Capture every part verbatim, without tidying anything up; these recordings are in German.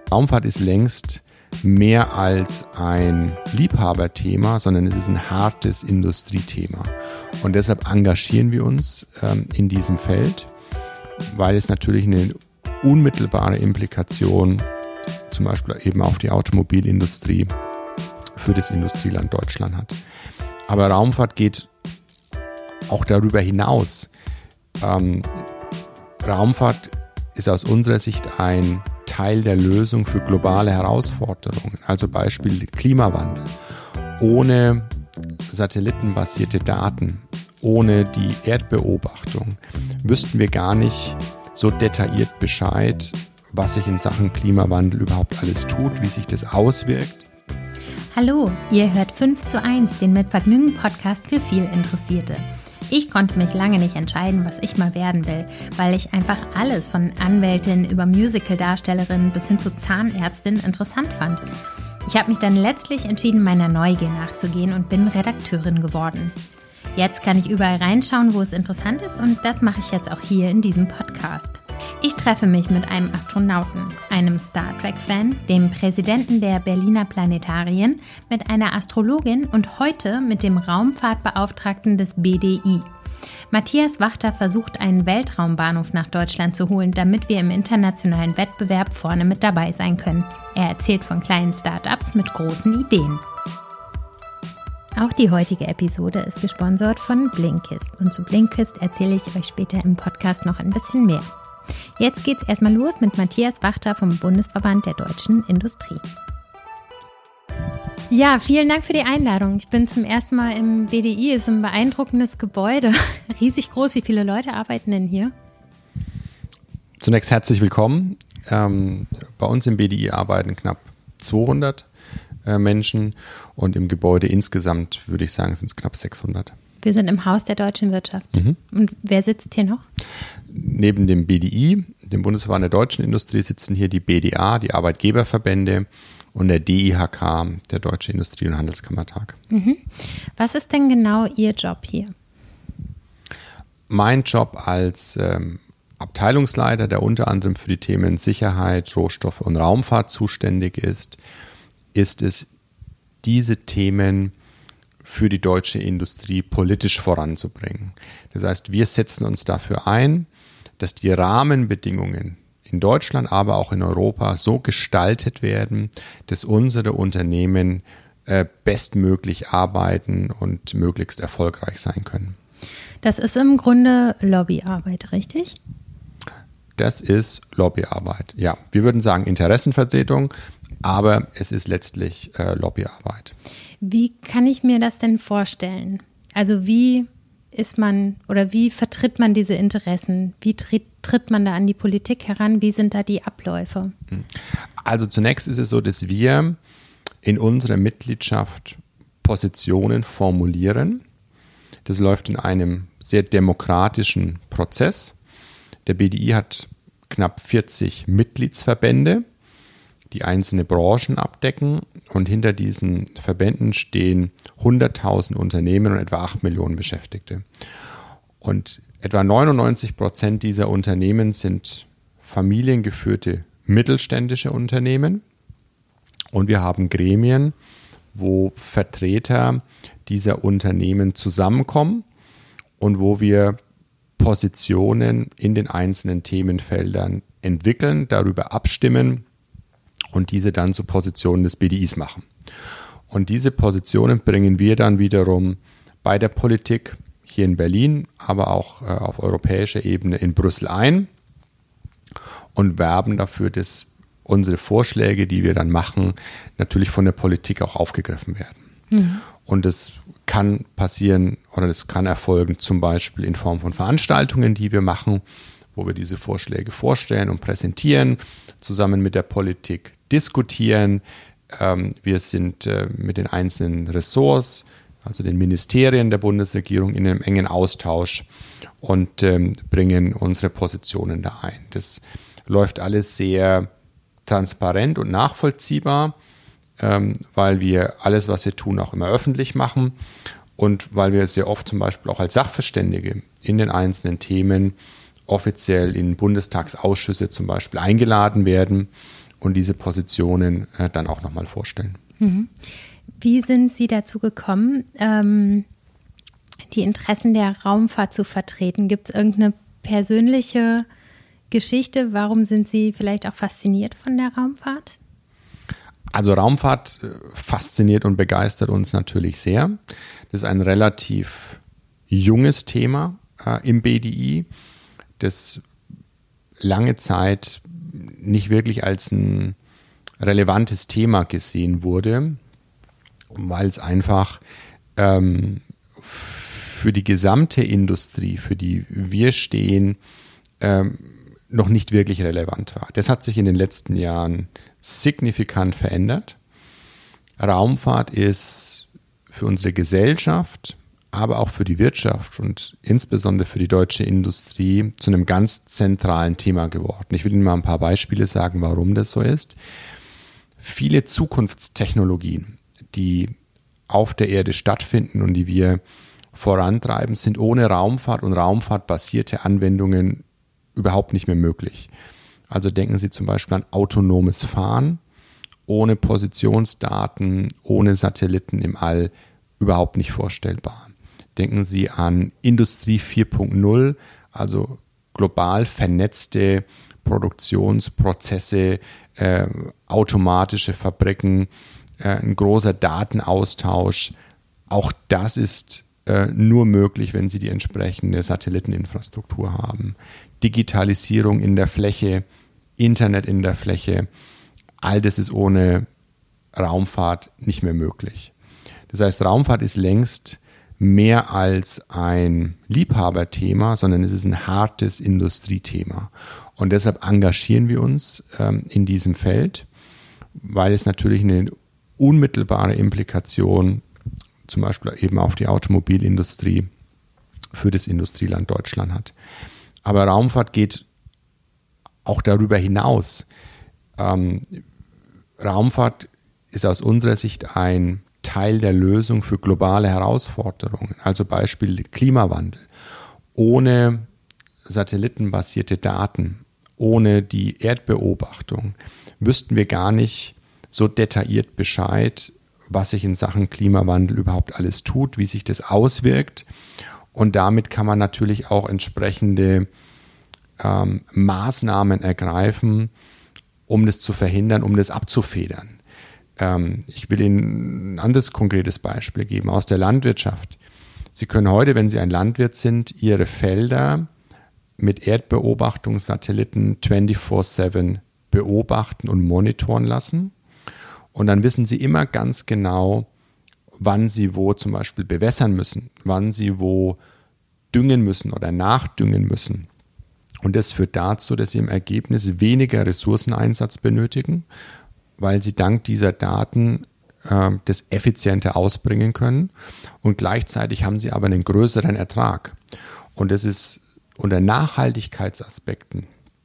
Raumfahrt ist längst mehr als ein Liebhaberthema, sondern es ist ein hartes Industriethema. Und deshalb engagieren wir uns ähm, in diesem Feld, weil es natürlich eine unmittelbare Implikation zum Beispiel eben auf die Automobilindustrie für das Industrieland Deutschland hat. Aber Raumfahrt geht auch darüber hinaus. Ähm, Raumfahrt ist aus unserer Sicht ein Teil der Lösung für globale Herausforderungen, also Beispiel Klimawandel. Ohne satellitenbasierte Daten, ohne die Erdbeobachtung wüssten wir gar nicht so detailliert Bescheid, was sich in Sachen Klimawandel überhaupt alles tut, wie sich das auswirkt. Hallo, ihr hört fünf zu eins, den Mit Vergnügen Podcast für viel Interessierte. Ich konnte mich lange nicht entscheiden, was ich mal werden will, weil ich einfach alles von Anwältin über Musical-Darstellerin bis hin zu Zahnärztin interessant fand. Ich habe mich dann letztlich entschieden, meiner Neugier nachzugehen und bin Redakteurin geworden. Jetzt kann ich überall reinschauen, wo es interessant ist, und das mache ich jetzt auch hier in diesem Podcast. Ich treffe mich mit einem Astronauten, einem Star Trek-Fan, dem Präsidenten der Berliner Planetarien, mit einer Astrologin und heute mit dem Raumfahrtbeauftragten des B D I. Matthias Wachter versucht, einen Weltraumbahnhof nach Deutschland zu holen, damit wir im internationalen Wettbewerb vorne mit dabei sein können. Er erzählt von kleinen Start-ups mit großen Ideen. Auch die heutige Episode ist gesponsert von Blinkist, und zu Blinkist erzähle ich euch später im Podcast noch ein bisschen mehr. Jetzt geht's erstmal los mit Matthias Wachter vom Bundesverband der Deutschen Industrie. Ja, vielen Dank für die Einladung. Ich bin zum ersten Mal im B D I, es ist ein beeindruckendes Gebäude, riesig groß. Wie viele Leute arbeiten denn hier? Zunächst herzlich willkommen. Ähm, bei uns im B D I arbeiten knapp zweihundert äh, Menschen und im Gebäude insgesamt würde ich sagen, sind es knapp sechshundert. Wir sind im Haus der deutschen Wirtschaft. Mhm. Und wer sitzt hier noch? Neben dem B D I, dem Bundesverband der deutschen Industrie, sitzen hier die B D A, die Arbeitgeberverbände, und der D I H K, der Deutsche Industrie- und Handelskammertag. Mhm. Was ist denn genau Ihr Job hier? Mein Job als ähm, Abteilungsleiter, der unter anderem für die Themen Sicherheit, Rohstoffe und Raumfahrt zuständig ist, ist es, diese Themen für die deutsche Industrie politisch voranzubringen. Das heißt, wir setzen uns dafür ein, dass die Rahmenbedingungen in Deutschland, aber auch in Europa so gestaltet werden, dass unsere Unternehmen äh, bestmöglich arbeiten und möglichst erfolgreich sein können. Das ist im Grunde Lobbyarbeit, richtig? Das ist Lobbyarbeit, ja. Wir würden sagen Interessenvertretung, aber es ist letztlich äh, Lobbyarbeit. Wie kann ich mir das denn vorstellen? Also wie ist man oder wie vertritt man diese Interessen? Wie tritt, tritt man da an die Politik heran? Wie sind da die Abläufe? Also zunächst ist es so, dass wir in unserer Mitgliedschaft Positionen formulieren. Das läuft in einem sehr demokratischen Prozess. Der B D I hat knapp vierzig Mitgliedsverbände, die einzelne Branchen abdecken, und hinter diesen Verbänden stehen hunderttausend Unternehmen und etwa acht Millionen Beschäftigte. Und etwa neunundneunzig Prozent dieser Unternehmen sind familiengeführte mittelständische Unternehmen, und wir haben Gremien, wo Vertreter dieser Unternehmen zusammenkommen und wo wir Positionen in den einzelnen Themenfeldern entwickeln, darüber abstimmen und diese dann zu Positionen des B D Is machen. Und diese Positionen bringen wir dann wiederum bei der Politik hier in Berlin, aber auch äh, auf europäischer Ebene in Brüssel ein und werben dafür, dass unsere Vorschläge, die wir dann machen, natürlich von der Politik auch aufgegriffen werden. Mhm. Und das kann passieren oder das kann erfolgen zum Beispiel in Form von Veranstaltungen, die wir machen, wo wir diese Vorschläge vorstellen und präsentieren, zusammen mit der Politik diskutieren. Ähm, wir sind äh, mit den einzelnen Ressorts, also den Ministerien der Bundesregierung, in einem engen Austausch und ähm, bringen unsere Positionen da ein. Das läuft alles sehr transparent und nachvollziehbar, ähm, weil wir alles, was wir tun, auch immer öffentlich machen und weil wir sehr oft zum Beispiel auch als Sachverständige in den einzelnen Themen offiziell in Bundestagsausschüsse zum Beispiel eingeladen werden und diese Positionen äh, dann auch nochmal vorstellen. Mhm. Wie sind Sie dazu gekommen, ähm, die Interessen der Raumfahrt zu vertreten? Gibt es irgendeine persönliche Geschichte? Warum sind Sie vielleicht auch fasziniert von der Raumfahrt? Also Raumfahrt fasziniert und begeistert uns natürlich sehr. Das ist ein relativ junges Thema äh, im B D I, das lange Zeit nicht wirklich als ein relevantes Thema gesehen wurde, weil es einfach ähm, für die gesamte Industrie, für die wir stehen, ähm, noch nicht wirklich relevant war. Das hat sich in den letzten Jahren signifikant verändert. Raumfahrt ist für unsere Gesellschaft, aber auch für die Wirtschaft und insbesondere für die deutsche Industrie zu einem ganz zentralen Thema geworden. Ich will Ihnen mal ein paar Beispiele sagen, warum das so ist. Viele Zukunftstechnologien, die auf der Erde stattfinden und die wir vorantreiben, sind ohne Raumfahrt und raumfahrtbasierte Anwendungen überhaupt nicht mehr möglich. Also denken Sie zum Beispiel an autonomes Fahren, ohne Positionsdaten, ohne Satelliten im All, überhaupt nicht vorstellbar. Denken Sie an Industrie vier Punkt null, also global vernetzte Produktionsprozesse, äh, automatische Fabriken, äh, ein großer Datenaustausch. Auch das ist äh, nur möglich, wenn Sie die entsprechende Satelliteninfrastruktur haben. Digitalisierung in der Fläche, Internet in der Fläche, all das ist ohne Raumfahrt nicht mehr möglich. Das heißt, Raumfahrt ist längst mehr als ein Liebhaberthema, sondern es ist ein hartes Industriethema. Und deshalb engagieren wir uns ähm, in diesem Feld, weil es natürlich eine unmittelbare Implikation zum Beispiel eben auf die Automobilindustrie für das Industrieland Deutschland hat. Aber Raumfahrt geht auch darüber hinaus. Ähm, Raumfahrt ist aus unserer Sicht ein Teil der Lösung für globale Herausforderungen, also Beispiel Klimawandel. Ohne satellitenbasierte Daten, ohne die Erdbeobachtung, wüssten wir gar nicht so detailliert Bescheid, was sich in Sachen Klimawandel überhaupt alles tut, wie sich das auswirkt. Und damit kann man natürlich auch entsprechende ähm, Maßnahmen ergreifen, um das zu verhindern, um das abzufedern. Ähm, ich will Ihnen ein anderes konkretes Beispiel geben aus der Landwirtschaft. Sie können heute, wenn Sie ein Landwirt sind, Ihre Felder mit Erdbeobachtungssatelliten vierundzwanzig sieben beobachten und monitoren lassen. Und dann wissen Sie immer ganz genau, wann Sie wo zum Beispiel bewässern müssen, wann Sie wo düngen müssen oder nachdüngen müssen. Und das führt dazu, dass Sie im Ergebnis weniger Ressourceneinsatz benötigen, weil Sie dank dieser Daten äh, das effizienter ausbringen können. Und gleichzeitig haben Sie aber einen größeren Ertrag. Und das ist unter Nachhaltigkeitsaspekten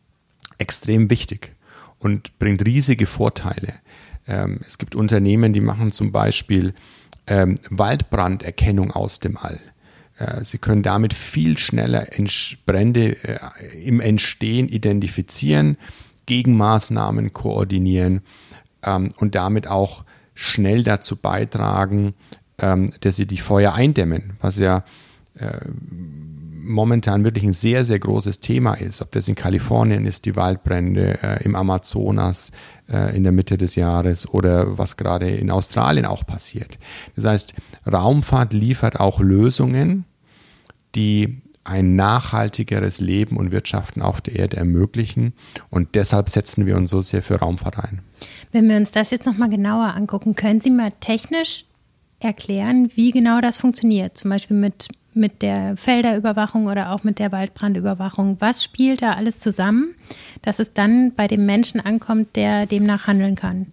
extrem wichtig und bringt riesige Vorteile. Ähm, es gibt Unternehmen, die machen zum Beispiel ähm, Waldbranderkennung aus dem All. Äh, sie können damit viel schneller Brände äh, im Entstehen identifizieren, Gegenmaßnahmen koordinieren ähm, und damit auch schnell dazu beitragen, ähm, dass sie die Feuer eindämmen, was ja äh, momentan wirklich ein sehr, sehr großes Thema ist. Ob das in Kalifornien ist, die Waldbrände, äh, im Amazonas äh, in der Mitte des Jahres oder was gerade in Australien auch passiert. Das heißt, Raumfahrt liefert auch Lösungen, die ein nachhaltigeres Leben und Wirtschaften auf der Erde ermöglichen. Und deshalb setzen wir uns so sehr für Raumfahrt ein. Wenn wir uns das jetzt nochmal genauer angucken, können Sie mal technisch erklären, wie genau das funktioniert? Zum Beispiel mit mit der Felderüberwachung oder auch mit der Waldbrandüberwachung. Was spielt da alles zusammen, dass es dann bei dem Menschen ankommt, der demnach handeln kann?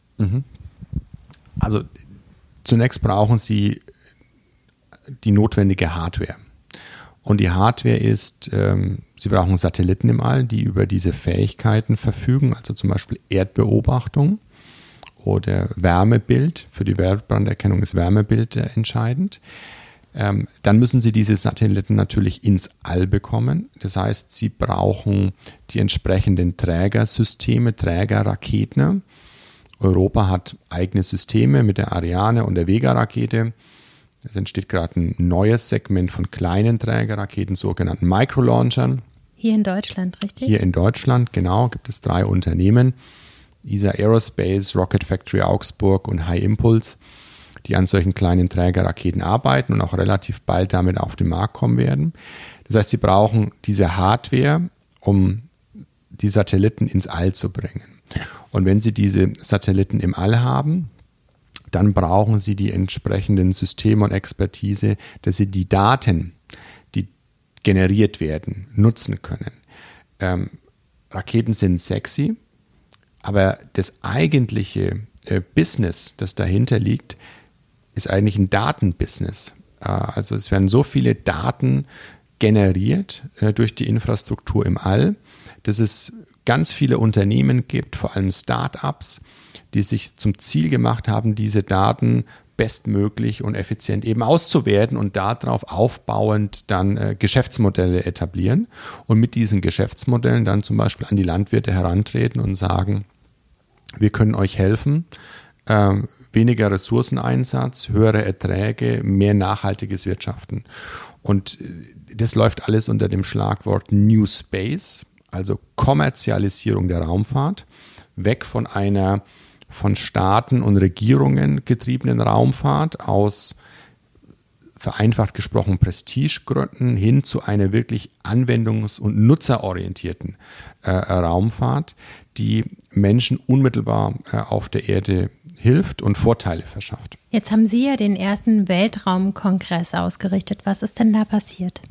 Also zunächst brauchen Sie die notwendige Hardware. Und die Hardware ist, ähm, Sie brauchen Satelliten im All, die über diese Fähigkeiten verfügen, also zum Beispiel Erdbeobachtung oder Wärmebild. Für die Waldbranderkennung ist Wärmebild äh, entscheidend. Ähm, dann müssen Sie diese Satelliten natürlich ins All bekommen. Das heißt, Sie brauchen die entsprechenden Trägersysteme, Trägerraketen. Europa hat eigene Systeme mit der Ariane und der Vega-Rakete. Es entsteht gerade ein neues Segment von kleinen Trägerraketen, sogenannten Microlaunchern. Hier in Deutschland, richtig? Hier in Deutschland, genau, gibt es drei Unternehmen. E S A Aerospace, Rocket Factory Augsburg und High Impulse, die an solchen kleinen Trägerraketen arbeiten und auch relativ bald damit auf den Markt kommen werden. Das heißt, sie brauchen diese Hardware, um die Satelliten ins All zu bringen. Und wenn sie diese Satelliten im All haben, dann brauchen sie die entsprechenden Systeme und Expertise, dass sie die Daten, die generiert werden, nutzen können. Ähm, Raketen sind sexy, aber das eigentliche äh, Business, das dahinter liegt, ist eigentlich ein Datenbusiness. Äh, also es werden so viele Daten generiert äh, durch die Infrastruktur im All, dass es ganz viele Unternehmen gibt, vor allem Start-ups, die sich zum Ziel gemacht haben, diese Daten bestmöglich und effizient eben auszuwerten und darauf aufbauend dann äh, Geschäftsmodelle etablieren und mit diesen Geschäftsmodellen dann zum Beispiel an die Landwirte herantreten und sagen, wir können euch helfen, äh, weniger Ressourceneinsatz, höhere Erträge, mehr nachhaltiges Wirtschaften. Und das läuft alles unter dem Schlagwort New Space, also Kommerzialisierung der Raumfahrt, weg von einer von Staaten und Regierungen getriebenen Raumfahrt aus, vereinfacht gesprochen, Prestigegründen hin zu einer wirklich anwendungs- und nutzerorientierten äh, Raumfahrt, die Menschen unmittelbar äh, auf der Erde hilft und Vorteile verschafft. Jetzt haben Sie ja den ersten Weltraumkongress ausgerichtet. Was ist denn da passiert?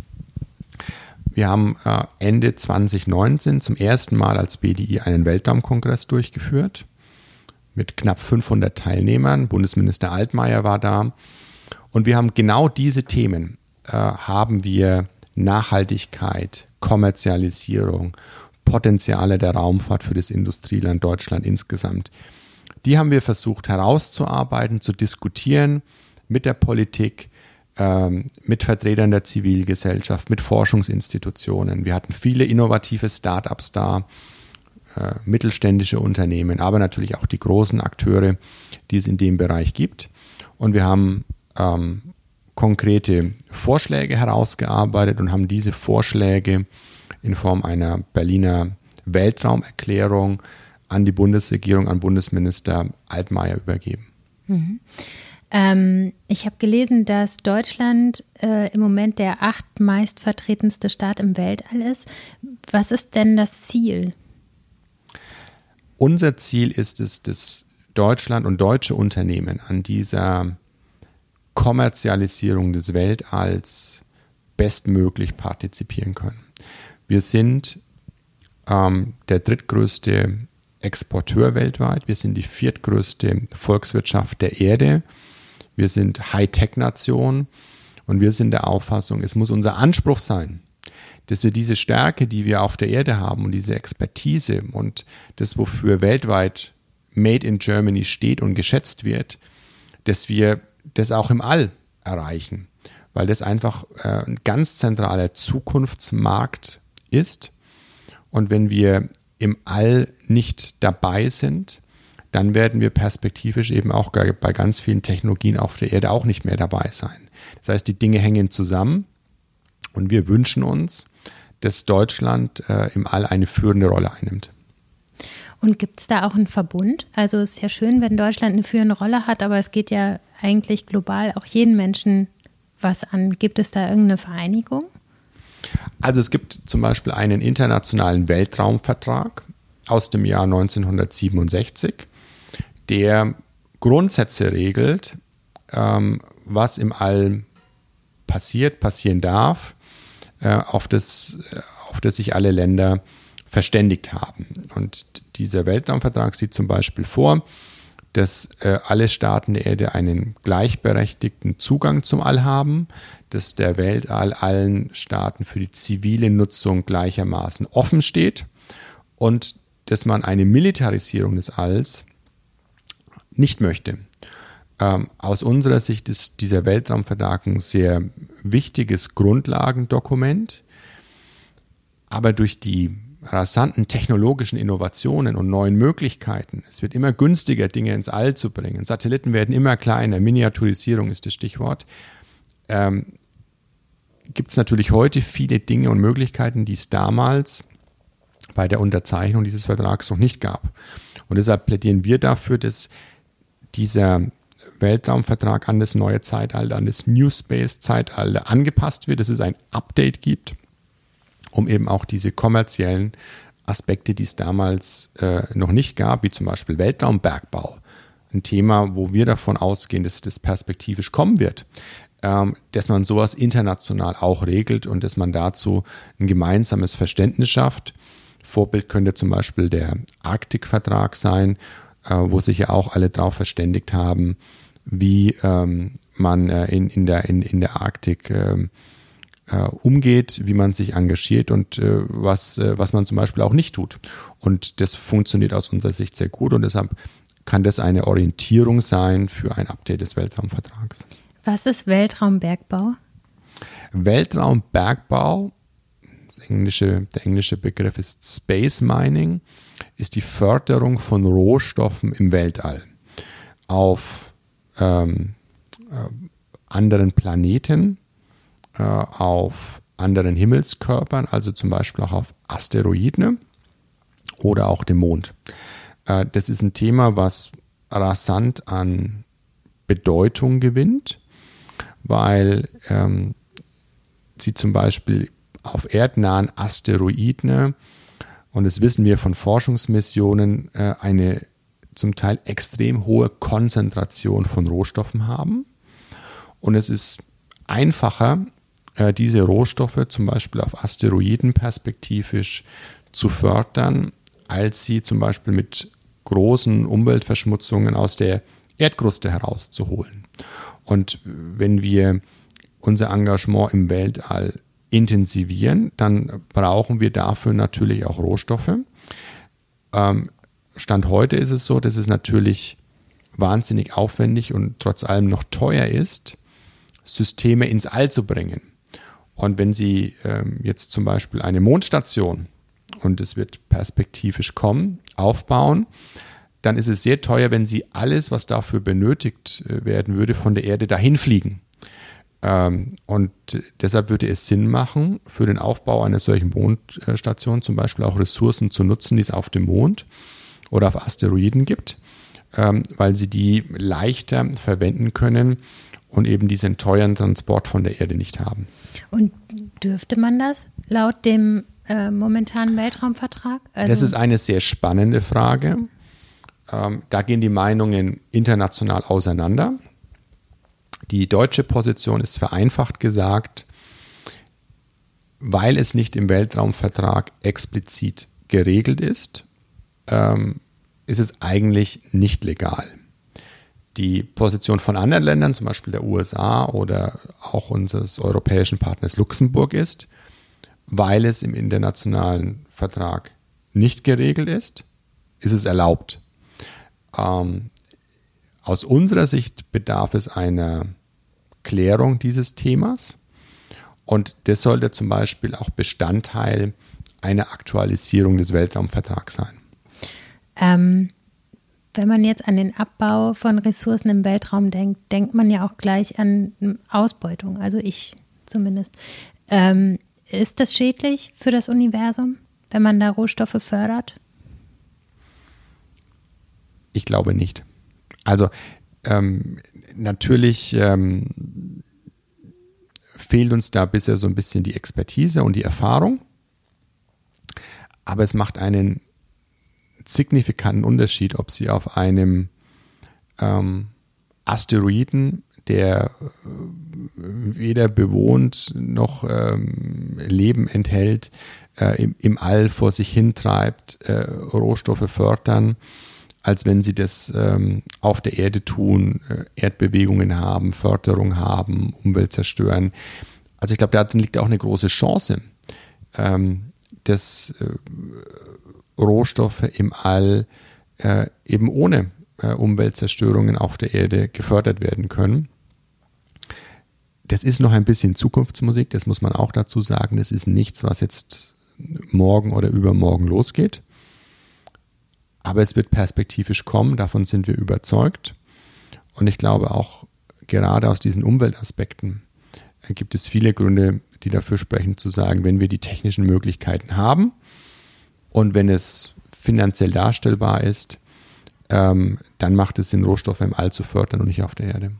Wir haben äh, Ende zwanzig neunzehn zum ersten Mal als B D I einen Weltraumkongress durchgeführt mit knapp fünfhundert Teilnehmern. Bundesminister Altmaier war da. Und wir haben genau diese Themen, äh, haben wir Nachhaltigkeit, Kommerzialisierung, Potenziale der Raumfahrt für das Industrieland Deutschland insgesamt. Die haben wir versucht herauszuarbeiten, zu diskutieren mit der Politik, ähm, mit Vertretern der Zivilgesellschaft, mit Forschungsinstitutionen. Wir hatten viele innovative Start-ups da, äh, mittelständische Unternehmen, aber natürlich auch die großen Akteure, die es in dem Bereich gibt. Und wir haben ähm, konkrete Vorschläge herausgearbeitet und haben diese Vorschläge in Form einer Berliner Weltraumerklärung an die Bundesregierung, an Bundesminister Altmaier übergeben. Mhm. Ähm, ich habe gelesen, dass Deutschland äh, im Moment der acht meistvertretenste Staat im Weltall ist. Was ist denn das Ziel? Unser Ziel ist es, dass Deutschland und deutsche Unternehmen an dieser Kommerzialisierung des Weltalls bestmöglich partizipieren können. Wir sind ähm, der drittgrößte Exporteur weltweit. Wir sind die viertgrößte Volkswirtschaft der Erde. Wir sind Hightech-Nation und wir sind der Auffassung, es muss unser Anspruch sein, dass wir diese Stärke, die wir auf der Erde haben und diese Expertise und das, wofür weltweit Made in Germany steht und geschätzt wird, dass wir das auch im All erreichen, weil das einfach äh, ein ganz zentraler Zukunftsmarkt ist. Und wenn wir im All nicht dabei sind, dann werden wir perspektivisch eben auch bei ganz vielen Technologien auf der Erde auch nicht mehr dabei sein. Das heißt, die Dinge hängen zusammen und wir wünschen uns, dass Deutschland äh, im All eine führende Rolle einnimmt. Und gibt es da auch einen Verbund? Also es ist ja schön, wenn Deutschland eine führende Rolle hat, aber es geht ja eigentlich global auch jeden Menschen was an. Gibt es da irgendeine Vereinigung? Also es gibt zum Beispiel einen internationalen Weltraumvertrag aus dem Jahr neunzehnhundertsiebenundsechzig, der Grundsätze regelt, ähm, was im All passiert, passieren darf, äh, auf das, auf das sich alle Länder verständigt haben. Und dieser Weltraumvertrag sieht zum Beispiel vor, dass äh, alle Staaten der Erde einen gleichberechtigten Zugang zum All haben, dass der Weltall allen Staaten für die zivile Nutzung gleichermaßen offen steht und dass man eine Militarisierung des Alls nicht möchte. Ähm, aus unserer Sicht ist dieser Weltraumvertrag ein sehr wichtiges Grundlagendokument, aber durch die rasanten technologischen Innovationen und neuen Möglichkeiten, es wird immer günstiger, Dinge ins All zu bringen, Satelliten werden immer kleiner, Miniaturisierung ist das Stichwort, ähm, gibt es natürlich heute viele Dinge und Möglichkeiten, die es damals bei der Unterzeichnung dieses Vertrags noch nicht gab. Und deshalb plädieren wir dafür, dass dieser Weltraumvertrag an das neue Zeitalter, an das New Space-Zeitalter angepasst wird, dass es ein Update gibt, um eben auch diese kommerziellen Aspekte, die es damals äh, noch nicht gab, wie zum Beispiel Weltraumbergbau, ein Thema, wo wir davon ausgehen, dass das perspektivisch kommen wird, ähm, dass man sowas international auch regelt und dass man dazu ein gemeinsames Verständnis schafft. Vorbild könnte zum Beispiel der Arktikvertrag sein, äh, wo sich ja auch alle darauf verständigt haben, wie ähm, man äh, in, in, der, in, in der Arktik äh, äh, umgeht, wie man sich engagiert und äh, was, äh, was man zum Beispiel auch nicht tut. Und das funktioniert aus unserer Sicht sehr gut und deshalb kann das eine Orientierung sein für ein Update des Weltraumvertrags. Was ist Weltraumbergbau? Weltraumbergbau, das englische, der englische Begriff ist Space Mining, ist die Förderung von Rohstoffen im Weltall auf ähm, äh, anderen Planeten, äh, auf anderen Himmelskörpern, also zum Beispiel auch auf Asteroiden oder auch dem Mond. Äh, das ist ein Thema, was rasant an Bedeutung gewinnt, weil ähm, sie zum Beispiel auf erdnahen Asteroiden, und das wissen wir von Forschungsmissionen, äh, eine zum Teil extrem hohe Konzentration von Rohstoffen haben. Und es ist einfacher, äh, diese Rohstoffe zum Beispiel auf Asteroiden perspektivisch zu fördern, als sie zum Beispiel mit großen Umweltverschmutzungen aus der Erdkruste herauszuholen. Und wenn wir unser Engagement im Weltall intensivieren, dann brauchen wir dafür natürlich auch Rohstoffe. Ähm, Stand heute ist es so, dass es natürlich wahnsinnig aufwendig und trotz allem noch teuer ist, Systeme ins All zu bringen. Und wenn Sie ähm, jetzt zum Beispiel eine Mondstation, und es wird perspektivisch kommen, aufbauen, dann ist es sehr teuer, wenn Sie alles, was dafür benötigt werden würde, von der Erde dahin fliegen. Ähm, und deshalb würde es Sinn machen, für den Aufbau einer solchen Mondstation zum Beispiel auch Ressourcen zu nutzen, die es auf dem Mond oder auf Asteroiden gibt, ähm, weil Sie die leichter verwenden können und eben diesen teuren Transport von der Erde nicht haben. Und dürfte man das laut dem äh, momentanen Weltraumvertrag? Also das ist eine sehr spannende Frage. Ähm, da gehen die Meinungen international auseinander. Die deutsche Position ist vereinfacht gesagt, weil es nicht im Weltraumvertrag explizit geregelt ist, ähm, ist es eigentlich nicht legal. Die Position von anderen Ländern, zum Beispiel der U S A oder auch unseres europäischen Partners Luxemburg ist, weil es im internationalen Vertrag nicht geregelt ist, ist es erlaubt. Ähm, aus unserer Sicht bedarf es einer Klärung dieses Themas und das sollte zum Beispiel auch Bestandteil einer Aktualisierung des Weltraumvertrags sein. Ähm, wenn man jetzt an den Abbau von Ressourcen im Weltraum denkt, denkt man ja auch gleich an Ausbeutung, also ich zumindest. Ähm, ist das schädlich für das Universum, wenn man da Rohstoffe fördert? Ich glaube nicht. Also ähm, natürlich ähm, fehlt uns da bisher so ein bisschen die Expertise und die Erfahrung, aber es macht einen signifikanten Unterschied, ob Sie auf einem ähm, Asteroiden, der weder bewohnt noch ähm, Leben enthält, äh, im, im All vor sich hintreibt, äh, Rohstoffe fördern, als wenn sie das ähm, auf der Erde tun, äh, Erdbewegungen haben, Förderung haben, Umwelt zerstören. Also ich glaube, da liegt auch eine große Chance, ähm, dass äh, Rohstoffe im All äh, eben ohne äh, Umweltzerstörungen auf der Erde gefördert werden können. Das ist noch ein bisschen Zukunftsmusik, das muss man auch dazu sagen. Das ist nichts, was jetzt morgen oder übermorgen losgeht. Aber es wird perspektivisch kommen, davon sind wir überzeugt. Und ich glaube auch gerade aus diesen Umweltaspekten äh, gibt es viele Gründe, die dafür sprechen, zu sagen, wenn wir die technischen Möglichkeiten haben und wenn es finanziell darstellbar ist, ähm, dann macht es Sinn, Rohstoffe im All zu fördern und nicht auf der Erde.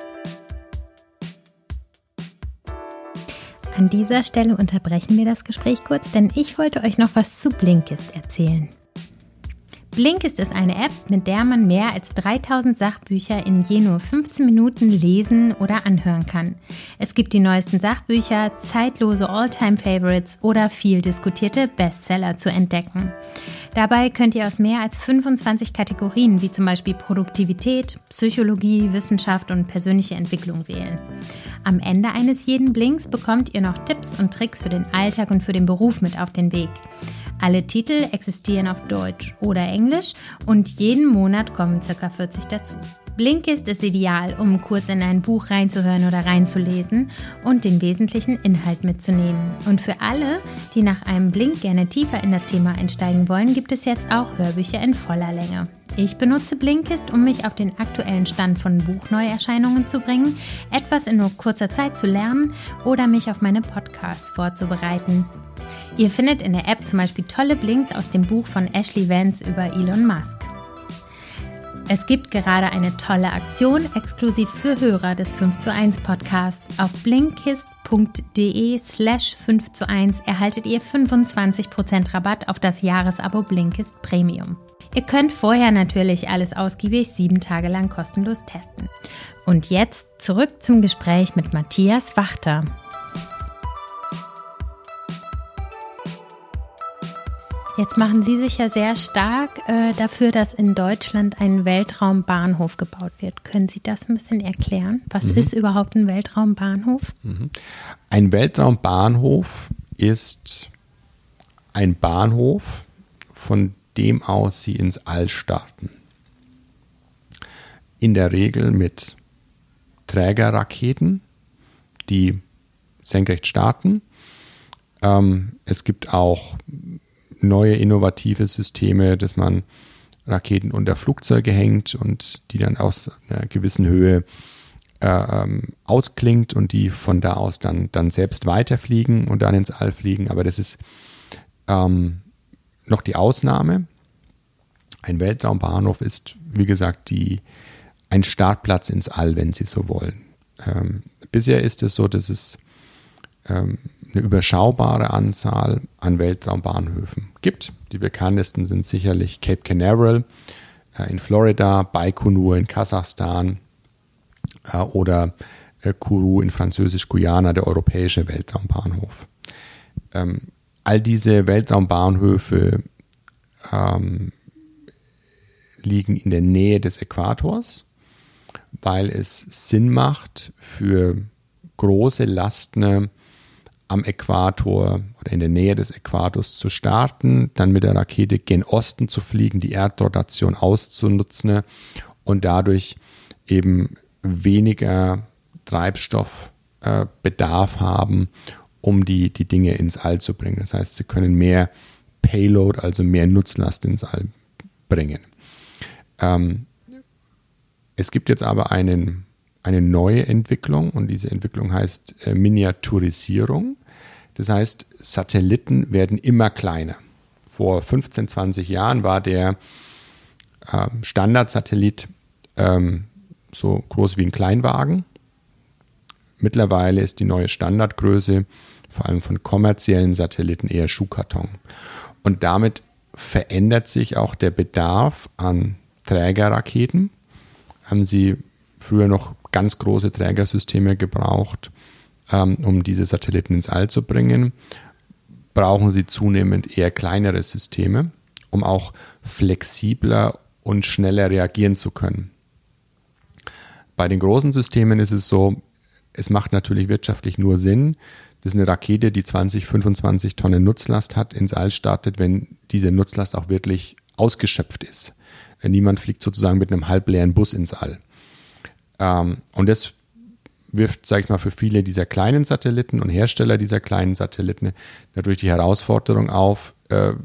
An dieser Stelle unterbrechen wir das Gespräch kurz, denn ich wollte euch noch was zu Blinkist erzählen. Blinkist ist eine App, mit der man mehr als dreitausend Sachbücher in je nur fünfzehn Minuten lesen oder anhören kann. Es gibt die neuesten Sachbücher, zeitlose All-Time-Favorites oder viel diskutierte Bestseller zu entdecken. Dabei könnt ihr aus mehr als fünfundzwanzig Kategorien wie zum Beispiel Produktivität, Psychologie, Wissenschaft und persönliche Entwicklung wählen. Am Ende eines jeden Blinks bekommt ihr noch Tipps und Tricks für den Alltag und für den Beruf mit auf den Weg. Alle Titel existieren auf Deutsch oder Englisch und jeden Monat kommen ca. vierzig dazu. Blinkist ist ideal, um kurz in ein Buch reinzuhören oder reinzulesen und den wesentlichen Inhalt mitzunehmen. Und für alle, die nach einem Blink gerne tiefer in das Thema einsteigen wollen, gibt es jetzt auch Hörbücher in voller Länge. Ich benutze Blinkist, um mich auf den aktuellen Stand von Buchneuerscheinungen zu bringen, etwas in nur kurzer Zeit zu lernen oder mich auf meine Podcasts vorzubereiten. Ihr findet in der App zum Beispiel tolle Blinks aus dem Buch von Ashley Vance über Elon Musk. Es gibt gerade eine tolle Aktion exklusiv für Hörer des fünf zu eins Podcasts. Auf blinkist.de slash fünf zu eins erhaltet ihr fünfundzwanzig Prozent Rabatt auf das Jahresabo Blinkist Premium. Ihr könnt vorher natürlich alles ausgiebig sieben Tage lang kostenlos testen. Und jetzt zurück zum Gespräch mit Matthias Wachter. Jetzt machen Sie sich ja sehr stark äh, dafür, dass in Deutschland ein Weltraumbahnhof gebaut wird. Können Sie das ein bisschen erklären? Was mhm. ist überhaupt ein Weltraumbahnhof? Mhm. Ein Weltraumbahnhof ist ein Bahnhof, von dem aus Sie ins All starten. In der Regel mit Trägerraketen, die senkrecht starten. Ähm, es gibt auch neue innovative Systeme, dass man Raketen unter Flugzeuge hängt und die dann aus einer gewissen Höhe äh, ähm, ausklingt und die von da aus dann, dann selbst weiterfliegen und dann ins All fliegen. Aber das ist ähm, noch die Ausnahme. Ein Weltraumbahnhof ist, wie gesagt, die, ein Startplatz ins All, wenn Sie so wollen. Ähm, bisher ist es so, dass es ähm, eine überschaubare Anzahl an Weltraumbahnhöfen gibt. Die bekanntesten sind sicherlich Cape Canaveral äh, in Florida, Baikonur in Kasachstan äh, oder äh, Kourou in Französisch-Guyana, der europäische Weltraumbahnhof. Ähm, all diese Weltraumbahnhöfe ähm, liegen in der Nähe des Äquators, weil es Sinn macht, für große Lasten am Äquator oder in der Nähe des Äquators zu starten, dann mit der Rakete gen Osten zu fliegen, die Erdrotation auszunutzen und dadurch eben weniger Treibstoffbedarf äh, haben, um die, die Dinge ins All zu bringen. Das heißt, sie können mehr Payload, also mehr Nutzlast ins All bringen. Ähm, es gibt jetzt aber einen, eine neue Entwicklung und diese Entwicklung heißt äh, Miniaturisierung. Das heißt, Satelliten werden immer kleiner. Vor fünfzehn, zwanzig Jahren war der äh, Standardsatellit ähm, so groß wie ein Kleinwagen. Mittlerweile ist die neue Standardgröße vor allem von kommerziellen Satelliten eher Schuhkarton. Und damit verändert sich auch der Bedarf an Trägerraketen. Haben Sie früher noch ganz große Trägersysteme gebraucht, ähm, um diese Satelliten ins All zu bringen, brauchen Sie zunehmend eher kleinere Systeme, um auch flexibler und schneller reagieren zu können. Bei den großen Systemen ist es so, es macht natürlich wirtschaftlich nur Sinn, dass eine Rakete, die zwanzig, fünfundzwanzig Tonnen Nutzlast hat, ins All startet, wenn diese Nutzlast auch wirklich ausgeschöpft ist. Niemand fliegt sozusagen mit einem halbleeren Bus ins All. Ähm, und das wirft, sage ich mal, für viele dieser kleinen Satelliten und Hersteller dieser kleinen Satelliten natürlich die Herausforderung auf, äh,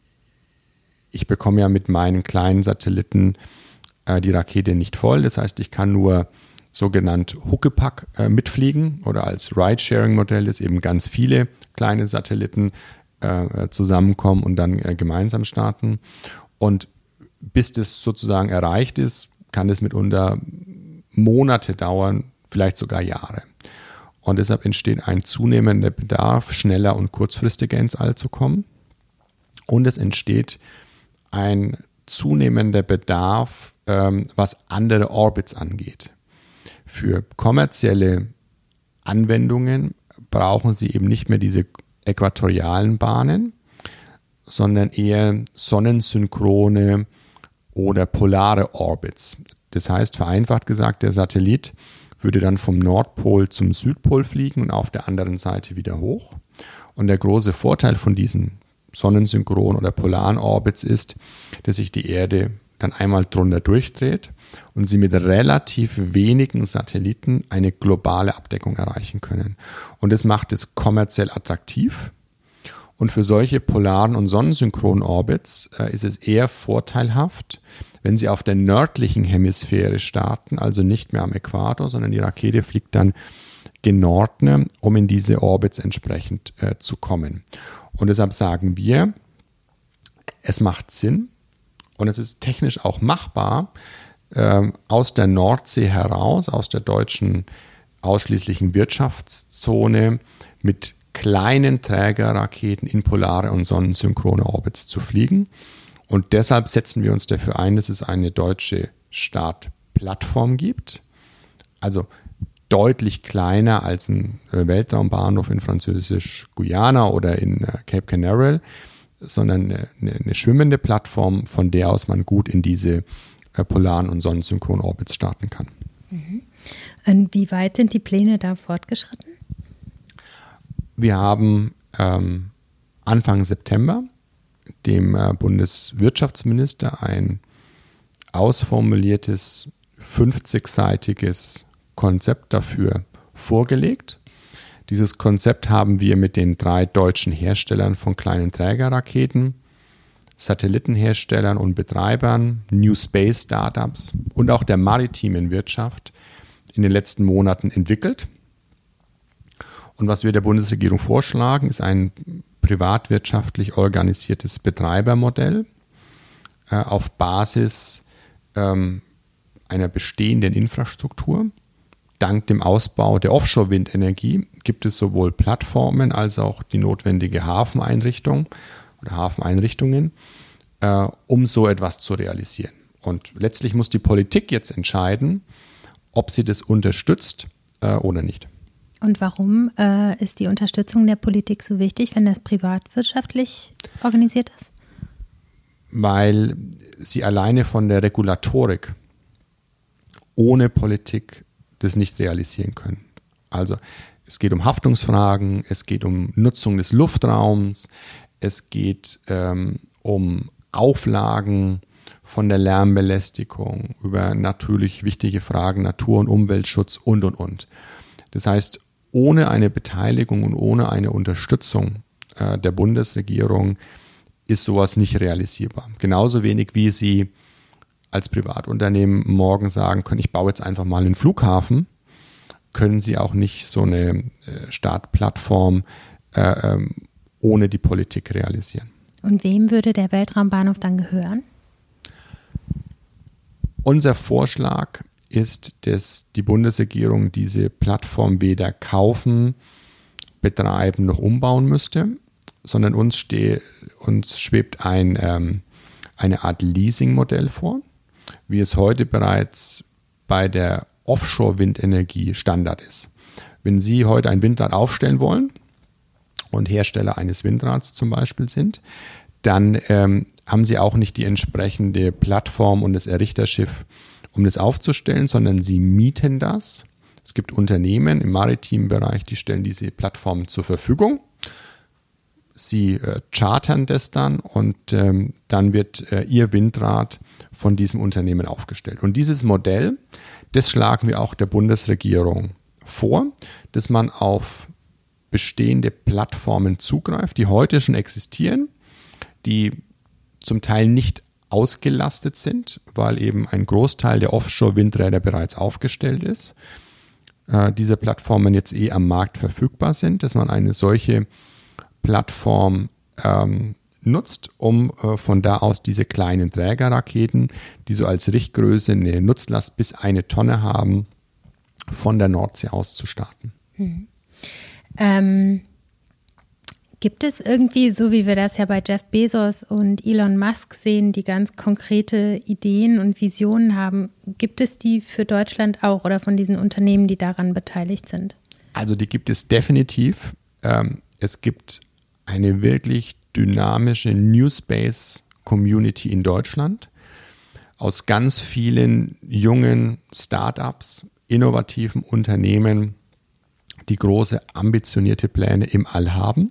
ich bekomme ja mit meinen kleinen Satelliten äh, die Rakete nicht voll. Das heißt, ich kann nur sogenannt Huckepack äh, mitfliegen oder als Ride-Sharing-Modell, dass eben ganz viele kleine Satelliten äh, zusammenkommen und dann äh, gemeinsam starten. Und bis das sozusagen erreicht ist, kann das mitunter Monate dauern, vielleicht sogar Jahre. Und deshalb entsteht ein zunehmender Bedarf, schneller und kurzfristiger ins All zu kommen. Und es entsteht ein zunehmender Bedarf, ähm, was andere Orbits angeht. Für kommerzielle Anwendungen brauchen sie eben nicht mehr diese äquatorialen Bahnen, sondern eher sonnensynchrone oder polare Orbits. Das heißt, vereinfacht gesagt, der Satellit würde dann vom Nordpol zum Südpol fliegen und auf der anderen Seite wieder hoch. Und der große Vorteil von diesen sonnensynchronen oder polaren Orbits ist, dass sich die Erde dann einmal drunter durchdreht und sie mit relativ wenigen Satelliten eine globale Abdeckung erreichen können. Und das macht es kommerziell attraktiv. Und für solche polaren und sonnensynchronen Orbits äh, ist es eher vorteilhaft, wenn sie auf der nördlichen Hemisphäre starten, also nicht mehr am Äquator, sondern die Rakete fliegt dann gen Norden, um in diese Orbits entsprechend äh, zu kommen. Und deshalb sagen wir, es macht Sinn und es ist technisch auch machbar, äh, aus der Nordsee heraus, aus der deutschen ausschließlichen Wirtschaftszone mit kleinen Trägerraketen in polare und sonnensynchrone Orbits zu fliegen. Und deshalb setzen wir uns dafür ein, dass es eine deutsche Startplattform gibt. Also deutlich kleiner als ein Weltraumbahnhof in Französisch-Guyana oder in Cape Canaveral, sondern eine, eine schwimmende Plattform, von der aus man gut in diese polaren und sonnensynchronen Orbits starten kann. Mhm. Und wie weit sind die Pläne da fortgeschritten? Wir haben ähm, Anfang September dem äh, Bundeswirtschaftsminister ein ausformuliertes fünfzigseitiges Konzept dafür vorgelegt. Dieses Konzept haben wir mit den drei deutschen Herstellern von kleinen Trägerraketen, Satellitenherstellern und Betreibern, New Space Startups und auch der maritimen Wirtschaft in den letzten Monaten entwickelt. Und was wir der Bundesregierung vorschlagen, ist ein privatwirtschaftlich organisiertes Betreibermodell äh, auf Basis ähm, einer bestehenden Infrastruktur. Dank dem Ausbau der Offshore-Windenergie gibt es sowohl Plattformen als auch die notwendige Hafeneinrichtung oder Hafeneinrichtungen, äh, um so etwas zu realisieren. Und letztlich muss die Politik jetzt entscheiden, ob sie das unterstützt äh, oder nicht. Und warum äh, ist die Unterstützung der Politik so wichtig, wenn das privatwirtschaftlich organisiert ist? Weil sie alleine von der Regulatorik ohne Politik das nicht realisieren können. Also es geht um Haftungsfragen, es geht um Nutzung des Luftraums, es geht ähm, um Auflagen von der Lärmbelästigung über natürlich wichtige Fragen Natur- und Umweltschutz und, und, und. Das heißt, ohne eine Beteiligung und ohne eine Unterstützung äh, der Bundesregierung ist sowas nicht realisierbar. Genauso wenig wie Sie als Privatunternehmen morgen sagen können, ich baue jetzt einfach mal einen Flughafen, können Sie auch nicht so eine äh, Startplattform äh, ähm, ohne die Politik realisieren. Und wem würde der Weltraumbahnhof dann gehören? Unser Vorschlag ist, dass die Bundesregierung diese Plattform weder kaufen, betreiben noch umbauen müsste, sondern uns, steh, uns schwebt ein, ähm, eine Art Leasing-Modell vor, wie es heute bereits bei der Offshore-Windenergie Standard ist. Wenn Sie heute ein Windrad aufstellen wollen und Hersteller eines Windrads zum Beispiel sind, dann ähm, haben Sie auch nicht die entsprechende Plattform und das Errichterschiff, um das aufzustellen, sondern Sie mieten das. Es gibt Unternehmen im maritimen Bereich, die stellen diese Plattformen zur Verfügung. Sie äh, chartern das dann und ähm, dann wird äh, Ihr Windrad von diesem Unternehmen aufgestellt. Und dieses Modell, das schlagen wir auch der Bundesregierung vor, dass man auf bestehende Plattformen zugreift, die heute schon existieren, die zum Teil nicht ausgelastet sind, weil eben ein Großteil der Offshore-Windräder bereits aufgestellt ist, äh, diese Plattformen jetzt eh am Markt verfügbar sind, dass man eine solche Plattform ähm, nutzt, um äh, von da aus diese kleinen Trägerraketen, die so als Richtgröße eine Nutzlast bis eine Tonne haben, von der Nordsee aus zu starten. Hm. Ähm, gibt es irgendwie, so wie wir das ja bei Jeff Bezos und Elon Musk sehen, die ganz konkrete Ideen und Visionen haben, gibt es die für Deutschland auch oder von diesen Unternehmen, die daran beteiligt sind? Also die gibt es definitiv. Ähm, es gibt eine wirklich dynamische New Space Community in Deutschland aus ganz vielen jungen Startups, innovativen Unternehmen, die große ambitionierte Pläne im All haben.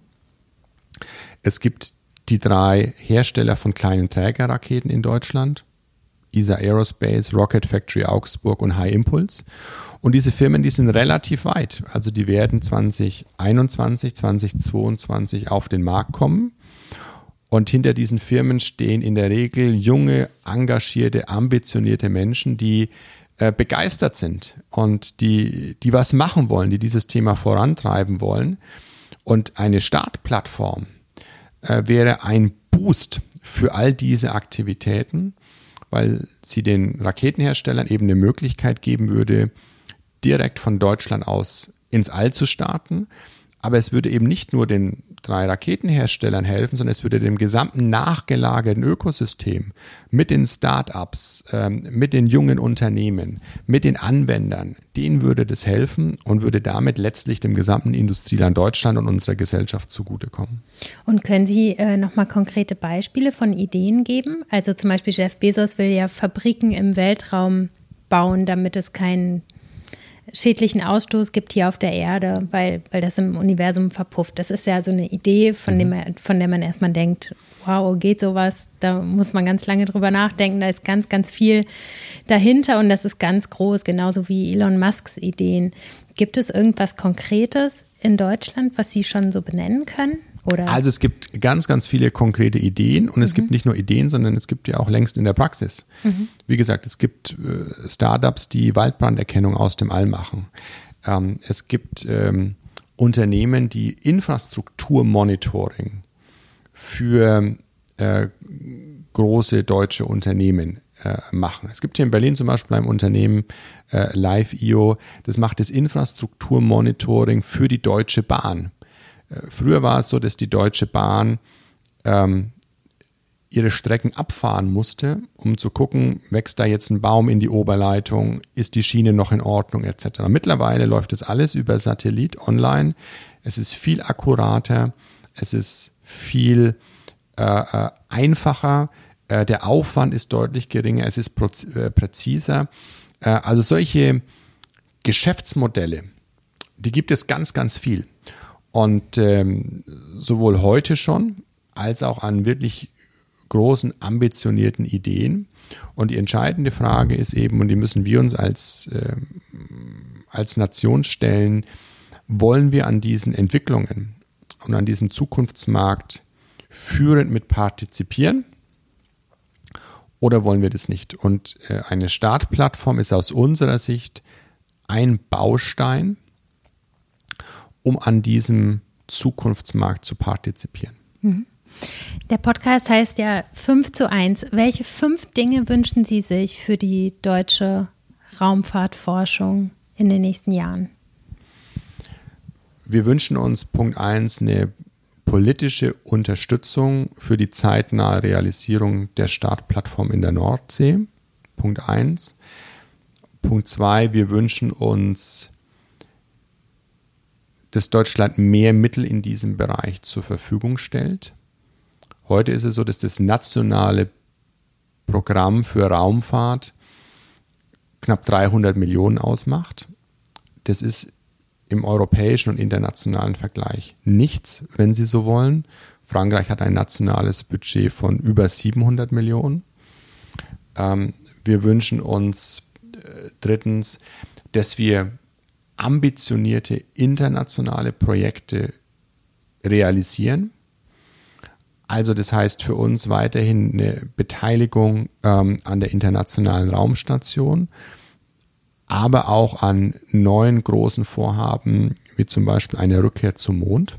Es gibt die drei Hersteller von kleinen Trägerraketen in Deutschland, E S A Aerospace, Rocket Factory Augsburg und High Impulse. Und diese Firmen, die sind relativ weit. Also die werden zwanzig einundzwanzig, zwanzig zweiundzwanzig auf den Markt kommen. Und hinter diesen Firmen stehen in der Regel junge, engagierte, ambitionierte Menschen, die äh, begeistert sind und die, die was machen wollen, die dieses Thema vorantreiben wollen. Und eine Startplattform äh, wäre ein Boost für all diese Aktivitäten, weil sie den Raketenherstellern eben eine Möglichkeit geben würde, direkt von Deutschland aus ins All zu starten. Aber es würde eben nicht nur den drei Raketenherstellern helfen, sondern es würde dem gesamten nachgelagerten Ökosystem mit den Start-ups, ähm, mit den jungen Unternehmen, mit den Anwendern, denen würde das helfen und würde damit letztlich dem gesamten Industrieland Deutschland und unserer Gesellschaft zugutekommen. Und können Sie äh, nochmal konkrete Beispiele von Ideen geben? Also zum Beispiel Jeff Bezos will ja Fabriken im Weltraum bauen, damit es keinen schädlichen Ausstoß gibt hier auf der Erde, weil, weil das im Universum verpufft. Das ist ja so eine Idee, von, dem man, von der man erstmal denkt, wow, geht sowas? Da muss man ganz lange drüber nachdenken. Da ist ganz, ganz viel dahinter und das ist ganz groß, genauso wie Elon Musks Ideen. Gibt es irgendwas Konkretes in Deutschland, was Sie schon so benennen können? Oder? Also es gibt ganz, ganz viele konkrete Ideen und es mhm. gibt nicht nur Ideen, sondern es gibt ja auch längst in der Praxis. Mhm. Wie gesagt, es gibt äh, Startups, die Waldbranderkennung aus dem All machen. Ähm, es gibt ähm, Unternehmen, die Infrastrukturmonitoring für äh, große deutsche Unternehmen äh, machen. Es gibt hier in Berlin zum Beispiel ein Unternehmen, äh, Live Punkt I O, das macht das Infrastrukturmonitoring für die Deutsche Bahn. Früher war es so, dass die Deutsche Bahn ähm, ihre Strecken abfahren musste, um zu gucken, wächst da jetzt ein Baum in die Oberleitung, ist die Schiene noch in Ordnung et cetera. Mittlerweile läuft das alles über Satellit online. Es ist viel akkurater, es ist viel äh, einfacher, äh, der Aufwand ist deutlich geringer, es ist proz- äh, präziser. Äh, also solche Geschäftsmodelle, die gibt es ganz, ganz viel. Und ähm, sowohl heute schon, als auch an wirklich großen, ambitionierten Ideen. Und die entscheidende Frage ist eben, und die müssen wir uns als, äh, als Nation stellen, wollen wir an diesen Entwicklungen und an diesem Zukunftsmarkt führend mit partizipieren oder wollen wir das nicht? Und äh, eine Startplattform ist aus unserer Sicht ein Baustein, um an diesem Zukunftsmarkt zu partizipieren. Der Podcast heißt ja fünf zu eins. Welche fünf Dinge wünschen Sie sich für die deutsche Raumfahrtforschung in den nächsten Jahren? Wir wünschen uns Punkt eins eine politische Unterstützung für die zeitnahe Realisierung der Startplattform in der Nordsee. Punkt eins. Punkt zwei, wir wünschen uns, dass Deutschland mehr Mittel in diesem Bereich zur Verfügung stellt. Heute ist es so, dass das nationale Programm für Raumfahrt knapp dreihundert Millionen ausmacht. Das ist im europäischen und internationalen Vergleich nichts, wenn Sie so wollen. Frankreich hat ein nationales Budget von über siebenhundert Millionen. Ähm, wir wünschen uns äh, drittens, dass wir ambitionierte internationale Projekte realisieren. Also das heißt für uns weiterhin eine Beteiligung ähm, an der Internationalen Raumstation, aber auch an neuen großen Vorhaben, wie zum Beispiel eine Rückkehr zum Mond.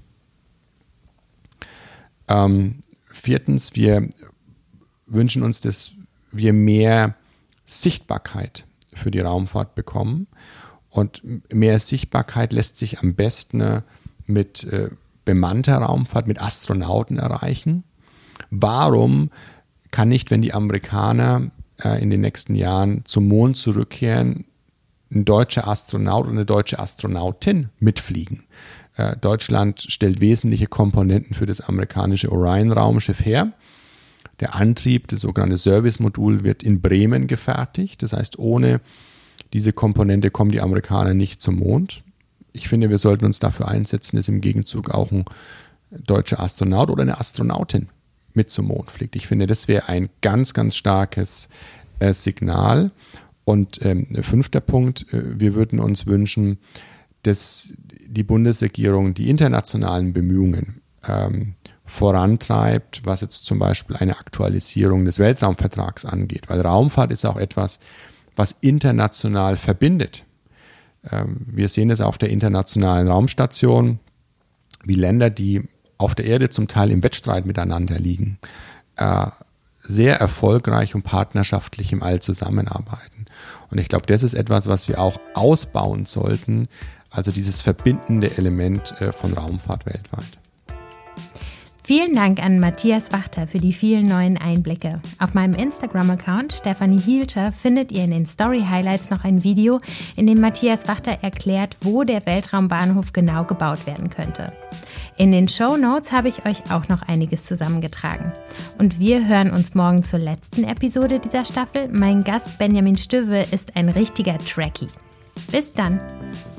Ähm, viertens, wir wünschen uns, dass wir mehr Sichtbarkeit für die Raumfahrt bekommen. Und mehr Sichtbarkeit lässt sich am besten mit äh, bemannter Raumfahrt, mit Astronauten erreichen. Warum kann nicht, wenn die Amerikaner äh, in den nächsten Jahren zum Mond zurückkehren, ein deutscher Astronaut oder eine deutsche Astronautin mitfliegen? Äh, Deutschland stellt wesentliche Komponenten für das amerikanische Orion-Raumschiff her. Der Antrieb, das sogenannte Service-Modul, wird in Bremen gefertigt. Das heißt, ohne diese Komponente kommen die Amerikaner nicht zum Mond. Ich finde, wir sollten uns dafür einsetzen, dass im Gegenzug auch ein deutscher Astronaut oder eine Astronautin mit zum Mond fliegt. Ich finde, das wäre ein ganz, ganz starkes äh, Signal. Und ähm, fünfter Punkt, äh, wir würden uns wünschen, dass die Bundesregierung die internationalen Bemühungen ähm, vorantreibt, was jetzt zum Beispiel eine Aktualisierung des Weltraumvertrags angeht. Weil Raumfahrt ist auch etwas, was international verbindet. Wir sehen es auf der Internationalen Raumstation, wie Länder, die auf der Erde zum Teil im Wettstreit miteinander liegen, sehr erfolgreich und partnerschaftlich im All zusammenarbeiten. Und ich glaube, das ist etwas, was wir auch ausbauen sollten, also dieses verbindende Element von Raumfahrt weltweit. Vielen Dank an Matthias Wachter für die vielen neuen Einblicke. Auf meinem Instagram-Account Stefanie Hielscher findet ihr in den Story-Highlights noch ein Video, in dem Matthias Wachter erklärt, wo der Weltraumbahnhof genau gebaut werden könnte. In den Shownotes habe ich euch auch noch einiges zusammengetragen. Und wir hören uns morgen zur letzten Episode dieser Staffel. Mein Gast Benjamin Stöwe ist ein richtiger Trekkie. Bis dann!